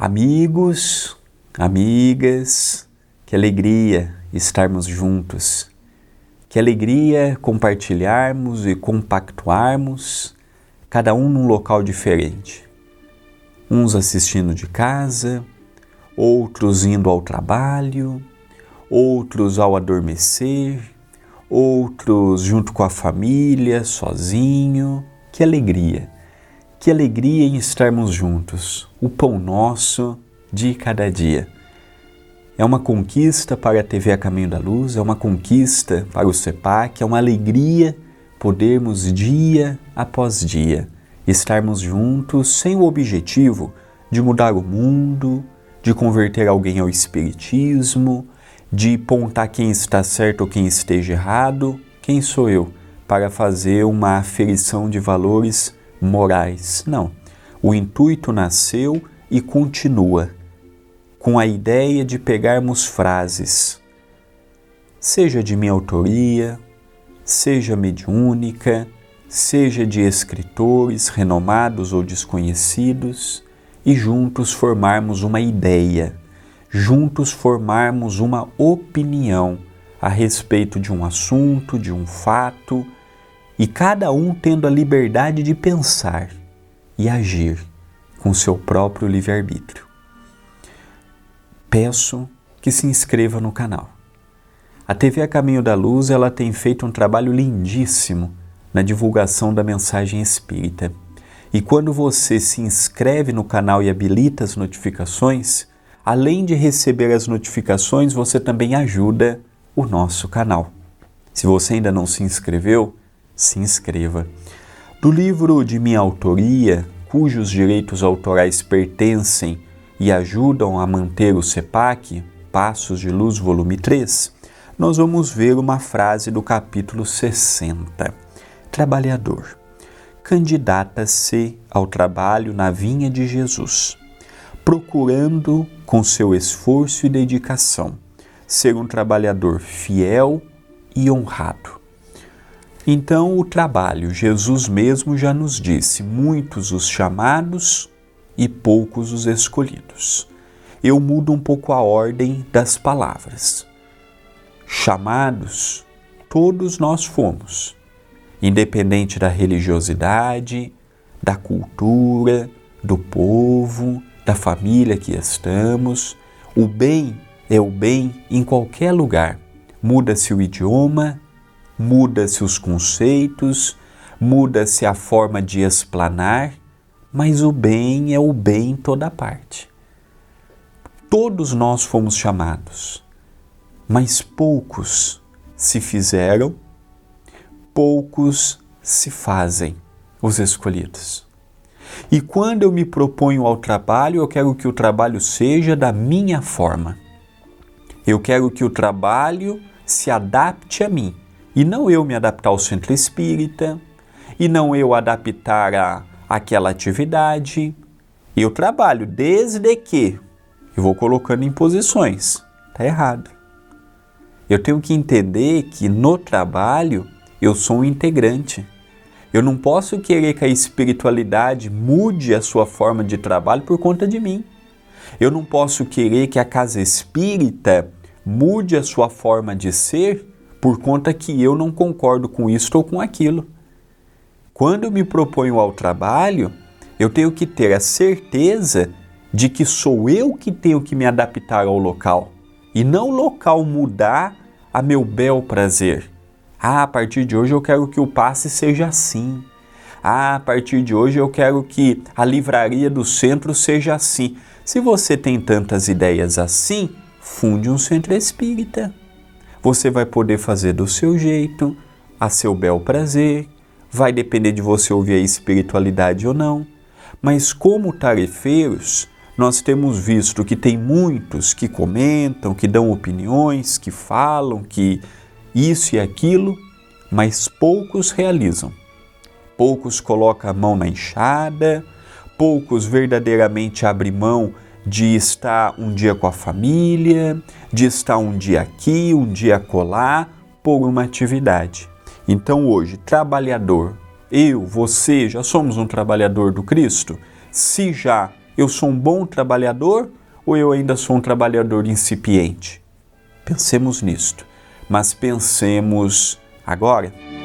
Amigos, amigas, que alegria estarmos juntos, que alegria compartilharmos e compactuarmos, cada um num local diferente. Uns assistindo de casa, outros indo ao trabalho, outros ao adormecer, outros junto com a família, sozinho. Que alegria! Que alegria em estarmos juntos, o pão nosso de cada dia. É uma conquista para a TV A Caminho da Luz, é uma conquista para o CEPAC, é uma alegria podermos dia após dia estarmos juntos sem o objetivo de mudar o mundo, de converter alguém ao espiritismo, de apontar quem está certo ou quem esteja errado. Quem sou eu para fazer uma aferição de valores morais? Não. O intuito nasceu e continua com a ideia de pegarmos frases, seja de minha autoria, seja mediúnica, seja de escritores renomados ou desconhecidos, e juntos formarmos uma ideia, juntos formarmos uma opinião a respeito de um assunto, de um fato, e cada um tendo a liberdade de pensar e agir com seu próprio livre-arbítrio. Peço que se inscreva no canal. A TV A Caminho da Luz, ela tem feito um trabalho lindíssimo na divulgação da mensagem espírita. E quando você se inscreve no canal e habilita as notificações, além de receber as notificações, você também ajuda o nosso canal. Se você ainda não se inscreveu, se inscreva. Do livro de minha autoria, cujos direitos autorais pertencem e ajudam a manter o CEPAC, Passos de Luz, volume 3, nós vamos ver uma frase do capítulo 60. Trabalhador, candidata-se ao trabalho na vinha de Jesus, procurando, com seu esforço e dedicação, ser um trabalhador fiel e honrado. Então, o trabalho, Jesus mesmo já nos disse, muitos os chamados e poucos os escolhidos. Eu mudo um pouco a ordem das palavras. Chamados, todos nós fomos, independente da religiosidade, da cultura, do povo, da família que estamos. O bem é o bem em qualquer lugar. Muda-se o idioma, muda-se os conceitos, muda-se a forma de explanar, mas o bem é o bem em toda parte. Todos nós fomos chamados, mas poucos se fizeram, poucos se fazem os escolhidos. E quando eu me proponho ao trabalho, eu quero que o trabalho seja da minha forma. Eu quero que o trabalho se adapte a mim, e não eu me adaptar ao centro espírita, e não eu adaptar àquela atividade. Eu trabalho desde que eu vou colocando imposições. Está errado. Eu tenho que entender que no trabalho eu sou um integrante. Eu não posso querer que a espiritualidade mude a sua forma de trabalho por conta de mim. Eu não posso querer que a casa espírita mude a sua forma de ser por conta que eu não concordo com isso ou com aquilo. Quando eu me proponho ao trabalho, eu tenho que ter a certeza de que sou eu que tenho que me adaptar ao local e não o local mudar a meu bel prazer. A partir de hoje eu quero que o passe seja assim. A partir de hoje eu quero que a livraria do centro seja assim. Se você tem tantas ideias assim, funde um centro espírita. Você vai poder fazer do seu jeito, a seu bel prazer, vai depender de você ouvir a espiritualidade ou não. Mas como tarefeiros, nós temos visto que tem muitos que comentam, que dão opiniões, que falam, que isso e aquilo, mas poucos realizam. Poucos colocam a mão na enxada, poucos verdadeiramente abrem mão de estar um dia com a família, de estar um dia aqui, um dia acolá, por uma atividade. Então hoje, trabalhador, eu, você, já somos um trabalhador do Cristo? Se já, Eu sou um bom trabalhador ou eu ainda sou um trabalhador incipiente? Pensemos nisto, mas pensemos agora.